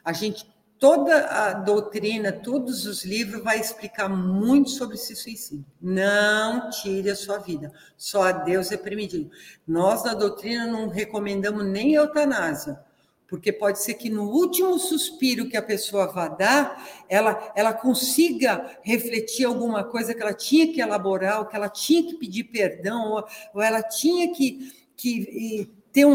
Speaker 1: toda a doutrina, todos os livros vai explicar muito sobre esse suicídio. Não tire a sua vida. Só a Deus é permitido. Nós, na doutrina, não recomendamos nem eutanásia, porque pode ser que no último suspiro que a pessoa vá dar, ela consiga refletir alguma coisa que ela tinha que elaborar, ou que ela tinha que pedir perdão, ou ela tinha que ter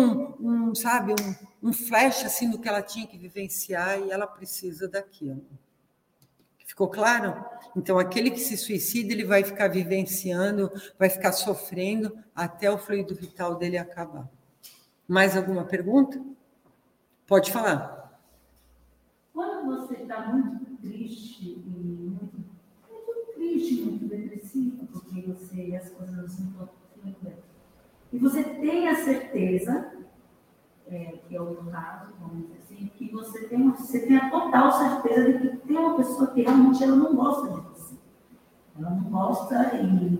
Speaker 1: um flash assim do que ela tinha que vivenciar e ela precisa daquilo. Ficou claro? Então, aquele que se suicida, ele vai ficar vivenciando, vai ficar sofrendo até o fluido vital dele acabar. Mais alguma pergunta? Pode falar.
Speaker 2: Quando você está muito triste, muito triste, muito depressivo, porque as coisas não estão fluindo bem, e você tem a certeza, que é o caso, vamos dizer assim, que você tem a total certeza de que tem uma pessoa que realmente ela não gosta de você. Ela não gosta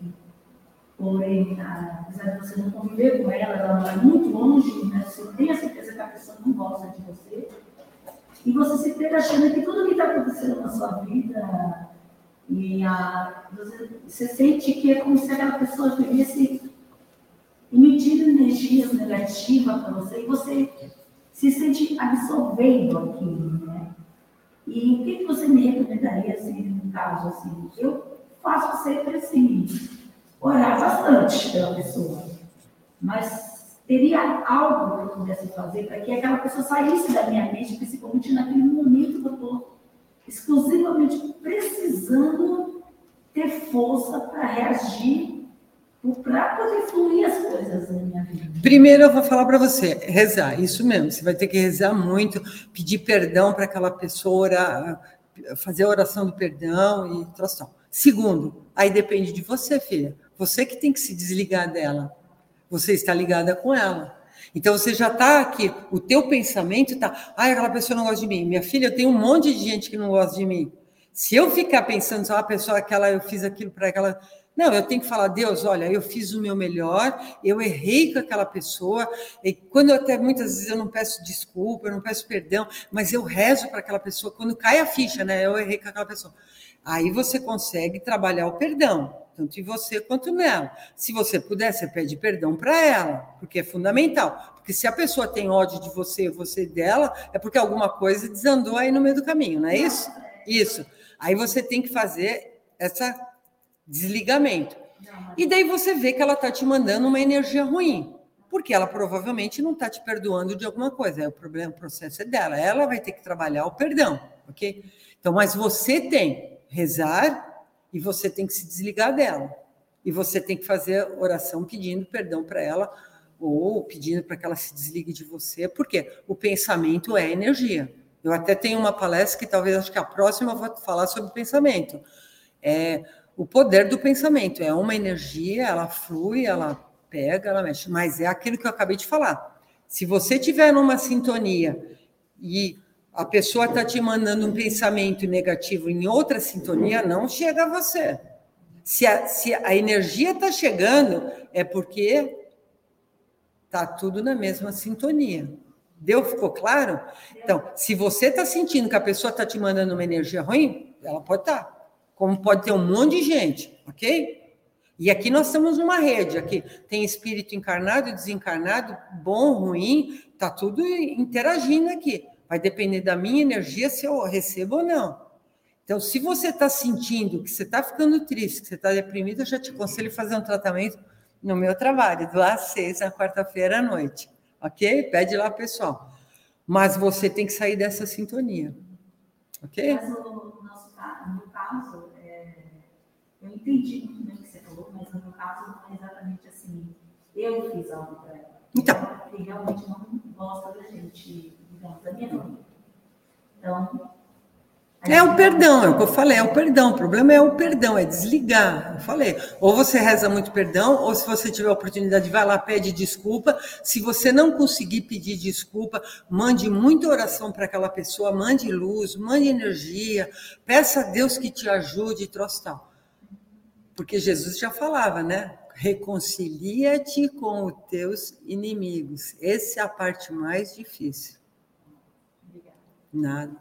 Speaker 2: porém, apesar de você não conviver com ela vai muito longe, né? Você tem a certeza que a pessoa não gosta de você, e você se pega achando que tudo que está acontecendo na sua vida, você sente que é como se aquela pessoa vivesse emitindo energias negativas para você, e você se sente absorvendo aquilo, né? E o que você me recomendaria, assim, no caso, assim? Eu faço sempre, assim, orar bastante pela pessoa, mas teria algo que eu pudesse fazer para que aquela pessoa saísse da minha mente, principalmente naquele momento que eu estou exclusivamente precisando ter força para reagir, para poder fluir as coisas na minha vida.
Speaker 1: Primeiro eu vou falar para você, rezar, isso mesmo, você vai ter que rezar muito, pedir perdão para aquela pessoa, orar, fazer a oração do perdão e tração. Segundo, aí depende de você, filha, você que tem que se desligar dela, você está ligada com ela. Então você já está aqui, o teu pensamento está, aquela pessoa não gosta de mim. Minha filha, eu tenho um monte de gente que não gosta de mim. Se eu ficar pensando só, a pessoa eu fiz aquilo para aquela... Não, eu tenho que falar, Deus, olha, eu fiz o meu melhor, eu errei com aquela pessoa, e quando muitas vezes eu não peço desculpa, eu não peço perdão, mas eu rezo para aquela pessoa, quando cai a ficha, né, eu errei com aquela pessoa. Aí você consegue trabalhar o perdão, tanto em você quanto nela. Se você puder, você pede perdão para ela, porque é fundamental. Porque se a pessoa tem ódio de você e você dela, é porque alguma coisa desandou aí no meio do caminho, não é isso? Isso. Aí você tem que fazer essa desligamento. E daí você vê que ela está te mandando uma energia ruim, porque ela provavelmente não está te perdoando de alguma coisa. O processo é dela. Ela vai ter que trabalhar o perdão, ok? Então, mas você tem rezar e você tem que se desligar dela. E você tem que fazer oração pedindo perdão para ela ou pedindo para que ela se desligue de você, porque o pensamento é energia. Eu até tenho uma palestra que talvez, acho que a próxima eu vou falar sobre pensamento. O poder do pensamento é uma energia, ela flui, ela pega, ela mexe, mas é aquilo que eu acabei de falar. Se você estiver numa sintonia e a pessoa está te mandando um pensamento negativo em outra sintonia, não chega a você. Se a energia está chegando, é porque está tudo na mesma sintonia. Ficou claro? Então, se você está sentindo que a pessoa está te mandando uma energia ruim, ela pode estar. Como pode ter um monte de gente, ok? E aqui nós estamos numa rede, aqui tem espírito encarnado e desencarnado, bom, ruim, está tudo interagindo aqui. Vai depender da minha energia se eu recebo ou não. Então, se você está sentindo que você está ficando triste, que você está deprimido, eu já te aconselho a fazer um tratamento no meu trabalho, do às 6, na quarta-feira à noite. Ok? Pede lá, pessoal. Mas você tem que sair dessa sintonia. Ok?
Speaker 2: Mas no caso, eu entendi muito bem o que você falou, mas no meu caso não é exatamente assim. Eu fiz algo para ela.
Speaker 1: Então.
Speaker 2: Ele realmente não gosta da gente, digamos, da minha família. Então.
Speaker 1: É o perdão, é o que eu falei, é o perdão. O problema é o perdão, é desligar. Eu falei, ou você reza muito perdão, ou se você tiver a oportunidade, vai lá, pede desculpa. Se você não conseguir pedir desculpa, mande muita oração para aquela pessoa, mande luz, mande energia, peça a Deus que te ajude e troço tal. Porque Jesus já falava, né? Reconcilia-te com os teus inimigos. Essa é a parte mais difícil.
Speaker 2: Obrigada.
Speaker 1: Nada.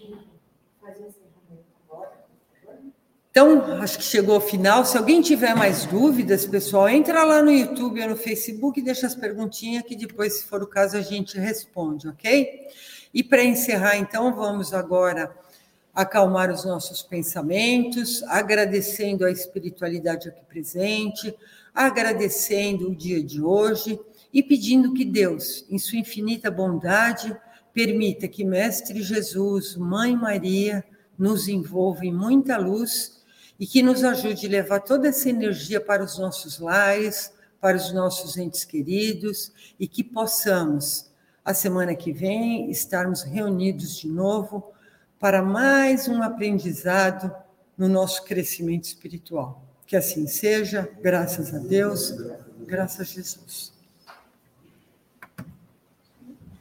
Speaker 1: Então, acho que chegou ao final. Se alguém tiver mais dúvidas, pessoal, entra lá no YouTube ou no Facebook e deixa as perguntinhas que depois, se for o caso, a gente responde, ok? E para encerrar, então, vamos agora acalmar os nossos pensamentos, agradecendo a espiritualidade aqui presente, agradecendo o dia de hoje e pedindo que Deus, em sua infinita bondade, permita que Mestre Jesus, Mãe Maria, nos envolva em muita luz e que nos ajude a levar toda essa energia para os nossos lares, para os nossos entes queridos, e que possamos, a semana que vem, estarmos reunidos de novo para mais um aprendizado no nosso crescimento espiritual. Que assim seja, graças a Deus, graças a Jesus.